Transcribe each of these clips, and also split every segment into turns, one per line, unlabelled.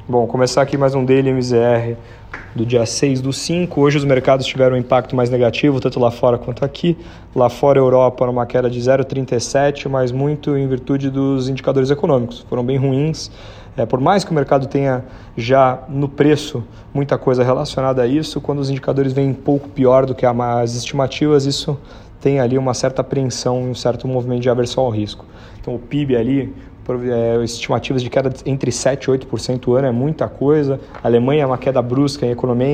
Bom, começar aqui mais um Daily MZR do dia 6/5. Hoje os mercados tiveram um impacto mais negativo, tanto lá fora quanto aqui. Lá fora, a Europa, uma queda de 0,37, mas muito em virtude dos indicadores econômicos. Foram bem ruins. Por mais que o mercado tenha já no preço muita coisa relacionada a isso, quando os indicadores vêm um pouco pior do que as estimativas, isso tem ali uma certa apreensão e um certo movimento de aversão ao risco. Então o PIB ali, estimativas de queda entre 7% e 8% ao ano é muita coisa. A Alemanha é uma queda brusca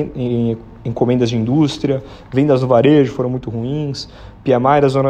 em encomendas de indústria, vendas no varejo foram muito ruins, PMI da zona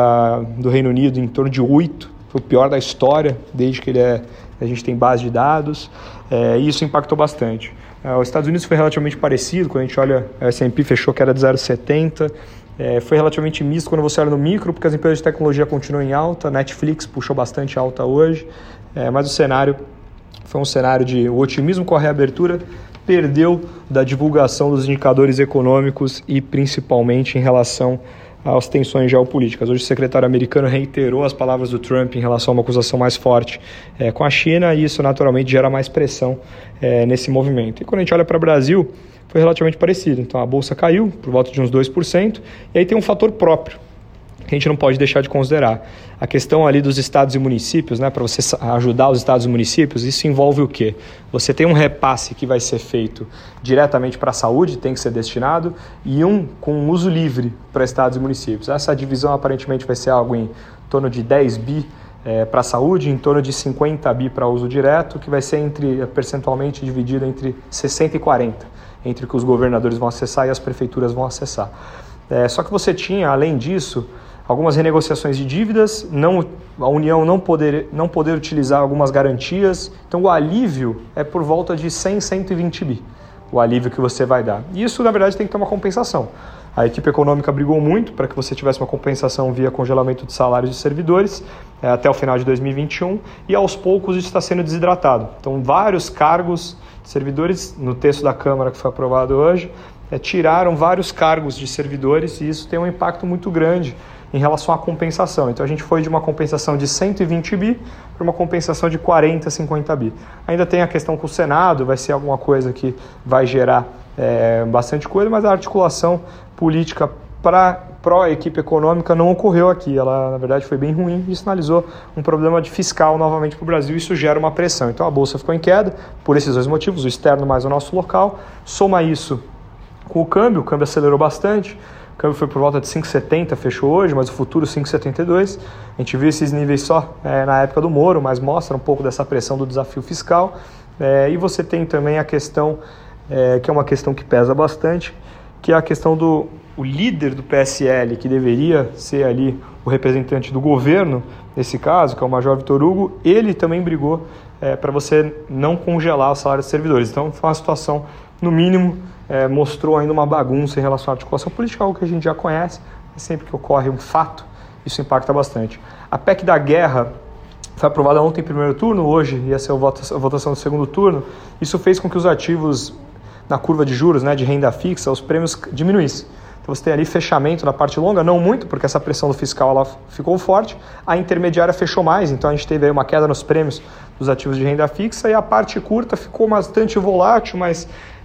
do Reino Unido em torno de 8, foi o pior da história desde que a gente tem base de dados, e isso impactou bastante. Os Estados Unidos foi relativamente parecido, quando a gente olha, a S&P fechou que era de 0,70, foi relativamente misto quando você olha no micro, porque as empresas de tecnologia continuam em alta, Netflix puxou bastante alta hoje, mas o cenário foi um cenário de o otimismo com a reabertura perdeu da divulgação dos indicadores econômicos e principalmente em relação às tensões geopolíticas. Hoje o secretário americano reiterou as palavras do Trump em relação a uma acusação mais forte com a China e isso naturalmente gera mais pressão nesse movimento. E quando a gente olha para o Brasil, foi relativamente parecido. Então a bolsa caiu por volta de uns 2%, e aí tem um fator próprio que a gente não pode deixar de considerar. A questão ali dos estados e municípios, né, para você ajudar os estados e municípios, isso envolve o quê? Você tem um repasse que vai ser feito diretamente para a saúde, tem que ser destinado, e um com uso livre para estados e municípios. Essa divisão aparentemente vai ser algo em torno de 10 bi para a saúde, em torno de 50 bi para uso direto, que vai ser percentualmente dividido entre 60 e 40, entre o que os governadores vão acessar e as prefeituras vão acessar. Só que você tinha, além disso, algumas renegociações de dívidas, a União não poder utilizar algumas garantias. Então o alívio é por volta de 100, 120 bi, o alívio que você vai dar. E isso, na verdade, tem que ter uma compensação. A equipe econômica brigou muito para que você tivesse uma compensação via congelamento de salários de servidores até o final de 2021 e aos poucos isso está sendo desidratado. Então vários cargos de servidores, no texto da Câmara que foi aprovado hoje, tiraram vários cargos de servidores e isso tem um impacto muito grande em relação à compensação. Então a gente foi de uma compensação de 120 bi para uma compensação de 40, 50 bi. Ainda tem a questão com o Senado, vai ser alguma coisa que vai gerar bastante coisa, mas a articulação política pró-equipe econômica não ocorreu aqui. Ela, na verdade, foi bem ruim e sinalizou um problema de fiscal novamente para o Brasil. Isso gera uma pressão. Então a Bolsa ficou em queda por esses dois motivos, o externo mais o nosso local. Soma isso com o câmbio acelerou bastante. O câmbio foi por volta de 5,70, fechou hoje, mas o futuro 5,72. A gente viu esses níveis só na época do Moro, mas mostra um pouco dessa pressão do desafio fiscal. E você tem também a questão, que é uma questão que pesa bastante, que é a questão do líder do PSL, que deveria ser ali o representante do governo, nesse caso, que é o Major Vitor Hugo, ele também brigou para você não congelar o salário dos servidores. Então foi uma situação, no mínimo, mostrou ainda uma bagunça em relação à articulação política, algo que a gente já conhece, sempre que ocorre um fato, isso impacta bastante. A PEC da guerra foi aprovada ontem em primeiro turno, hoje ia ser a votação do segundo turno, isso fez com que os ativos na curva de juros, de renda fixa, os prêmios diminuíssem. Então você tem ali fechamento na parte longa, não muito, porque essa pressão do fiscal ela ficou forte, a intermediária fechou mais, então a gente teve aí uma queda nos prêmios dos ativos de renda fixa e a parte curta ficou bastante volátil, mas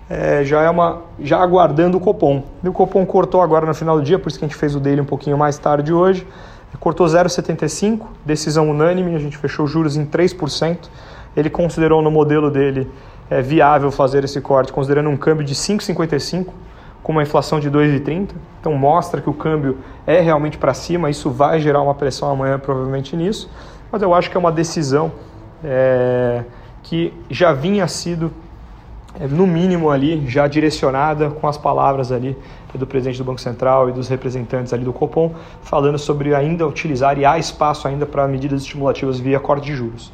já aguardando o Copom. E o Copom cortou agora no final do dia, por isso que a gente fez o daily um pouquinho mais tarde hoje, cortou 0,75, decisão unânime, a gente fechou juros em 3%, ele considerou no modelo dele viável fazer esse corte, considerando um câmbio de 5,55, com uma inflação de 2,30, então mostra que o câmbio é realmente para cima, isso vai gerar uma pressão amanhã provavelmente nisso, mas eu acho que é uma decisão que já vinha sido, no mínimo ali, já direcionada com as palavras ali do presidente do Banco Central e dos representantes ali do Copom, falando sobre ainda utilizar, e há espaço ainda para medidas estimulativas via corte de juros.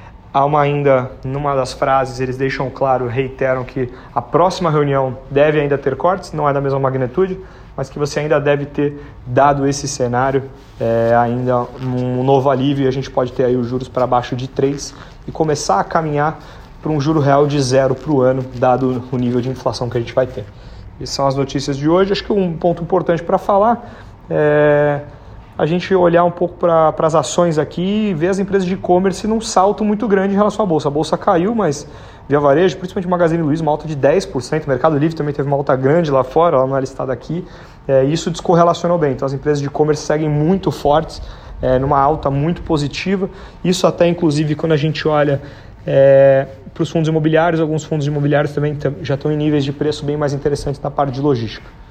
Numa das frases, eles deixam claro, reiteram que a próxima reunião deve ainda ter cortes, não é da mesma magnitude, mas que você ainda deve ter, dado esse cenário, ainda um novo alívio e a gente pode ter aí os juros para baixo de 3 e começar a caminhar para um juro real de 0 para o ano, dado o nível de inflação que a gente vai ter. Essas são as notícias de hoje. Acho que um ponto importante para falar a gente olhar um pouco para as ações aqui e ver as empresas de e-commerce num salto muito grande em relação à Bolsa. A Bolsa caiu, mas Via Varejo, principalmente Magazine Luiza, uma alta de 10%. O Mercado Livre também teve uma alta grande lá fora, ela não é listada aqui. Isso descorrelacionou bem. Então as empresas de e-commerce seguem muito fortes, numa alta muito positiva. Isso até, inclusive, quando a gente olha para os fundos imobiliários, alguns fundos imobiliários também já estão em níveis de preço bem mais interessantes na parte de logística.